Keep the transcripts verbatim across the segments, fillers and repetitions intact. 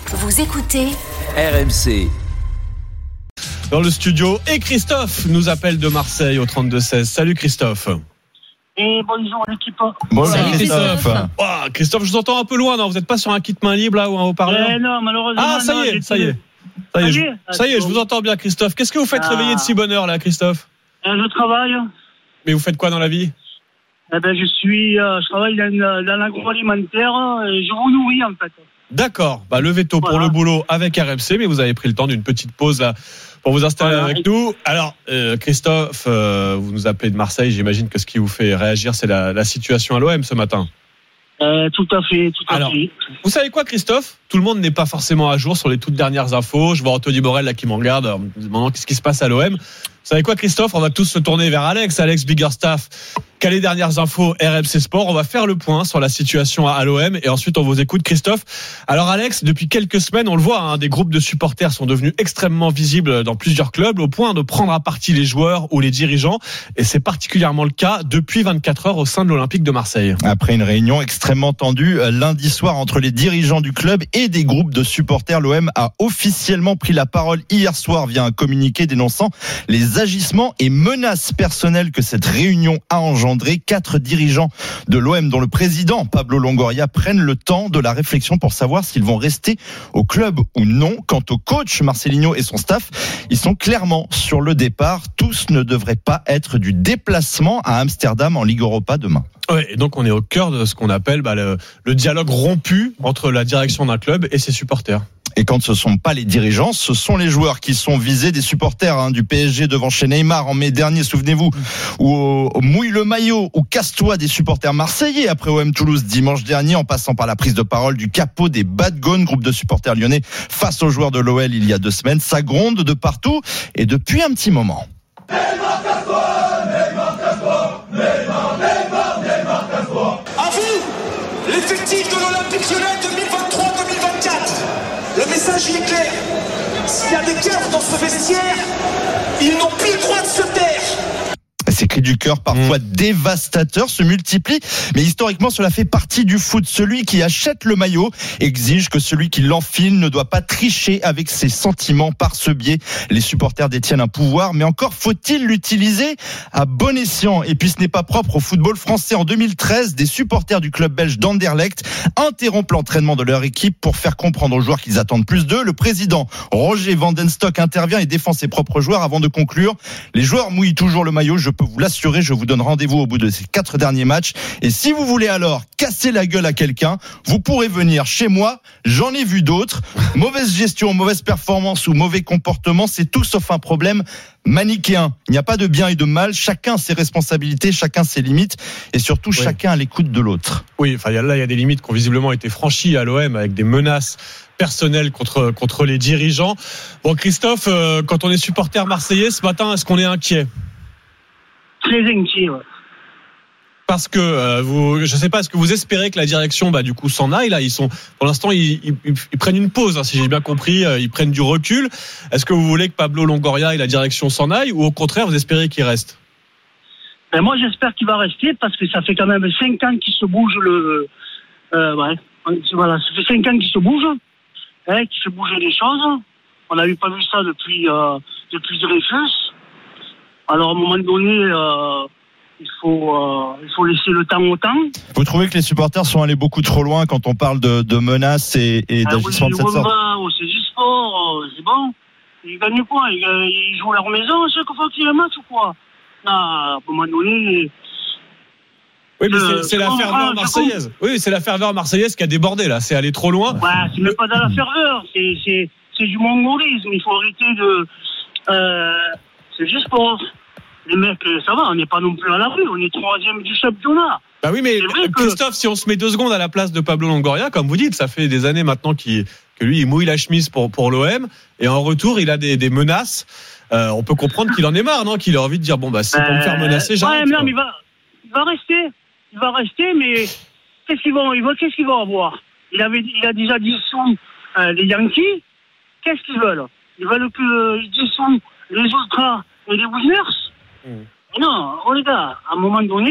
Vous écoutez R M C. Dans le studio, et Christophe nous appelle de Marseille au trente-deux seize. Salut Christophe. Et bonjour l'équipe. Bonjour Salut Christophe. Christophe. Oh, Christophe, je vous entends un peu loin, non ? Vous n'êtes pas sur un kit main libre là ou un haut-parleur ? Eh non, malheureusement. Ah, ça non, y est, j'ai ça y est. tout- Ça y est, Ça y je, est ça y est, je vous entends bien Christophe. Qu'est-ce que vous faites Ah. réveiller de si bonne heure là, Christophe ? Euh, Je travaille. Mais vous faites quoi dans la vie ? Eh ben, je suis, euh, je travaille dans, dans l'agroalimentaire et je vous nourris en fait. D'accord, bah, levez tôt pour Voilà. le boulot avec R M C, mais vous avez pris le temps d'une petite pause là pour vous installer Voilà. avec nous. Alors, euh, Christophe, euh, vous nous appelez de Marseille, j'imagine que ce qui vous fait réagir, c'est la, la situation à l'O M ce matin. Euh, tout à fait, tout à Alors, fait. Vous savez quoi, Christophe ? Tout le monde n'est pas forcément à jour sur les toutes dernières infos. Je vois Anthony Morel là qui m'en regarde en me demandant qu'est-ce qui se passe à l'O M. Vous savez quoi, Christophe ? On va tous se tourner vers Alex, Alex Biggerstaff. Quelles les dernières infos R M C Sport ? On va faire le point sur la situation à l'O M et ensuite on vous écoute, Christophe. Alors Alex, depuis quelques semaines, on le voit, hein, des groupes de supporters sont devenus extrêmement visibles dans plusieurs clubs au point de prendre à partie les joueurs ou les dirigeants. Et c'est particulièrement le cas depuis vingt-quatre heures au sein de l'Olympique de Marseille. Après une réunion extrêmement tendue lundi soir entre les dirigeants du club et des groupes de supporters, l'O M a officiellement pris la parole hier soir via un communiqué dénonçant les agissements et menaces personnelles que cette réunion a engendré. Quatre dirigeants de l'O M, dont le président Pablo Longoria, prennent le temps de la réflexion pour savoir s'ils vont rester au club ou non. Quant au coach Marcelinho et son staff, ils sont clairement sur le départ. Tous ne devraient pas être du déplacement à Amsterdam en Ligue Europa demain. Ouais, et donc on est au cœur de ce qu'on appelle bah, le, le dialogue rompu entre la direction d'un club et ses supporters. Et quand ce ne sont pas les dirigeants, ce sont les joueurs qui sont visés, des supporters hein, du P S G devant chez Neymar en mai dernier, souvenez-vous, ou au, au mouille le maillot, ou casse-toi des supporters marseillais après O M Toulouse dimanche dernier, en passant par la prise de parole du capot des Bad Gone, groupe de supporters lyonnais, face aux joueurs de l'O L il y a deux semaines. Ça gronde de partout et depuis un petit moment. Neymar, casse-toi, Neymar, casse-toi, Neymar, Neymar, Neymar, casse-toi. À vous, l'effectif de l'Olympique Lyonnais deux mille vingt-trois deux mille vingt-quatre. Le message il est clair. S'il y a des cadres dans ce vestiaire, ils n'ont plus le droit de se taire. Ces cris du cœur, parfois mmh. dévastateurs, se multiplient. Mais historiquement, cela fait partie du foot. Celui qui achète le maillot exige que celui qui l'enfile ne doit pas tricher avec ses sentiments. Par ce biais, les supporters détiennent un pouvoir. Mais encore faut-il l'utiliser à bon escient. Et puis ce n'est pas propre au football français. En deux mille treize, des supporters du club belge d'Anderlecht interrompent l'entraînement de leur équipe pour faire comprendre aux joueurs qu'ils attendent plus d'eux. Le président Roger Van den Stock intervient et défend ses propres joueurs avant de conclure. Les joueurs mouillent toujours le maillot. Je peux vous l'assurer, je vous donne rendez-vous au bout de ces quatre derniers matchs. Et si vous voulez alors casser la gueule à quelqu'un, vous pourrez venir chez moi. J'en ai vu d'autres. Mauvaise gestion, mauvaise performance ou mauvais comportement, c'est tout sauf un problème manichéen. Il n'y a pas de bien et de mal. Chacun a ses responsabilités, chacun ses limites et surtout oui. chacun à l'écoute de l'autre. Oui, enfin là il y a des limites qui ont visiblement été franchies à l'O M avec des menaces personnelles contre contre les dirigeants. Bon Christophe, euh, quand on est supporter marseillais ce matin, est-ce qu'on est inquiet ? Très inquiet, ouais. Parce que euh, vous, je sais pas, est-ce que vous espérez que la direction, bah du coup, s'en aille là ? Ils sont, pour l'instant, ils, ils, ils prennent une pause, hein, si j'ai bien compris. Euh, ils prennent du recul. Est-ce que vous voulez que Pablo Longoria et la direction s'en aillent, ou au contraire, vous espérez qu'il reste ? Ben moi, j'espère qu'il va rester parce que ça fait quand même cinq ans qu'il se bouge le. Euh, ouais, voilà, ça fait cinq ans qu'il se bouge, hein, qu'il se bouge les choses. On n'avait pas vu ça depuis euh, depuis Dreyfus. Alors à un moment donné. Euh, Il faut, euh, il faut laisser le temps au temps. Vous trouvez que les supporters sont allés beaucoup trop loin quand on parle de, de menaces et, et ah d'agissements oui, de cette sorte ? Oh, c'est du sport, c'est bon. Ils gagnent quoi ? Ils, ils jouent leur maison chaque fois qu'il y a un match ou quoi ? Non, à un moment donné. Oui, mais c'est, c'est la ferveur marseillaise. Oui, c'est la ferveur marseillaise qui a débordé là. C'est aller trop loin. Ouais, c'est même pas dans la ferveur. C'est, c'est, c'est du mongolisme. Il faut arrêter de. Euh, c'est du sport. Les mecs, ça va, on n'est pas non plus à la rue, on est troisième du championnat. Bah oui, mais Christophe, que... si on se met deux secondes à la place de Pablo Longoria, comme vous dites, ça fait des années maintenant qu'il, que lui, il mouille la chemise pour, pour l'O M, et en retour, il a des, des menaces. Euh, on peut comprendre qu'il en est marre, non ? Qu'il a envie de dire, bon, bah, si euh... pour me faire menacer, j'arrête. Ouais, mais non, mais il va, il va rester. Il va rester, mais qu'est-ce qu'ils vont, qu'est-ce qu'ils vont avoir ? Il avait, il a déjà dissous euh, les Yankees. Qu'est-ce qu'ils veulent ? Ils veulent qu'ils dissous les Ultras et les Winners. Mmh. Non, oh les gars, à un moment donné,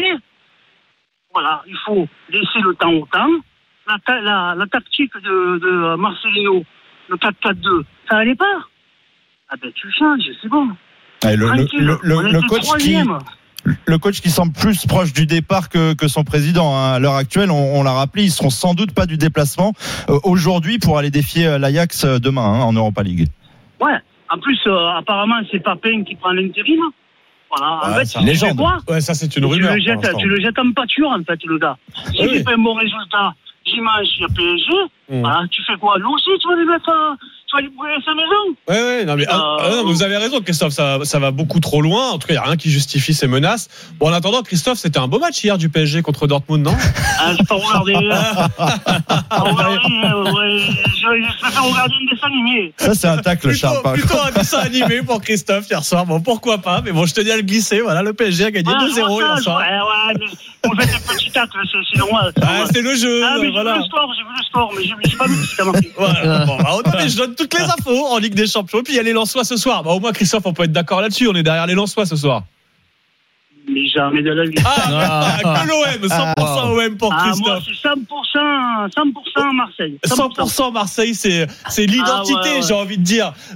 voilà, il faut laisser le temps au temps. La, ta- la, la tactique de, de Marcelinho, le quatre quatre deux. Ça allait pas. Ah ben tu changes, c'est bon. Ouais, le, le, le, le, le coach qui, le coach qui semble plus proche du départ que, que son président. Hein. À l'heure actuelle, on, on l'a rappelé, ils seront sans doute pas du déplacement euh, aujourd'hui pour aller défier l'Ajax demain hein, en Europa League. Ouais. En plus, euh, apparemment, c'est Papin qui prend l'intérim. Voilà. En ouais, fait, c'est tu légende. fais quoi ? Ouais, ça c'est une tu rumeur. Le jettes, tu le jettes en pâture, en fait, le gars. Si oui. tu fais un bon résultat dimanche, il y a P S G. Mmh. Voilà, tu fais quoi ? Nous aussi, tu vas lui mettre, euh, tu vas lui brûler sa maison. Ouais, ouais, non mais, euh, ah, non, mais vous avez raison, Christophe, ça, ça va beaucoup trop loin. En tout cas, il n'y a rien qui justifie ces menaces. Bon, en attendant, Christophe, c'était un beau match hier du P S G contre Dortmund, non ? Ah, j'ai pas regardé. pas regardé, ouais, je préfère regarder un dessin animé. Ça, c'est un tacle, plutôt, Charles. Plutôt un dessin animé pour Christophe hier soir. Bon, pourquoi pas, mais bon, je tenais à le glisser. Voilà, le P S G a gagné ouais, deux zéro hier soir. Ouais, ouais, mais vous faites des petits tacles, c'est, c'est normal. C'est, ah, c'est le jeu. Ah, mais voilà. j'ai vu le score, j'ai vu le score, mais j'ai, j'ai pas vu ce qu'il a marqué. Voilà. Bon, bah, non, mais je donne toutes les infos en Ligue des Champions. Puis il y a les Lensois ce soir. Bah, au moins, Christophe, on peut être d'accord là-dessus. On est derrière les Lensois ce soir. Mais jamais de la vie. Ah, ah que l'O M, cent pour cent O M pour Christophe. Ah, moi, c'est cent pour cent, cent pour cent Marseille. cent pour cent Marseille, c'est, c'est l'identité, ah, ouais, ouais. j'ai envie de dire.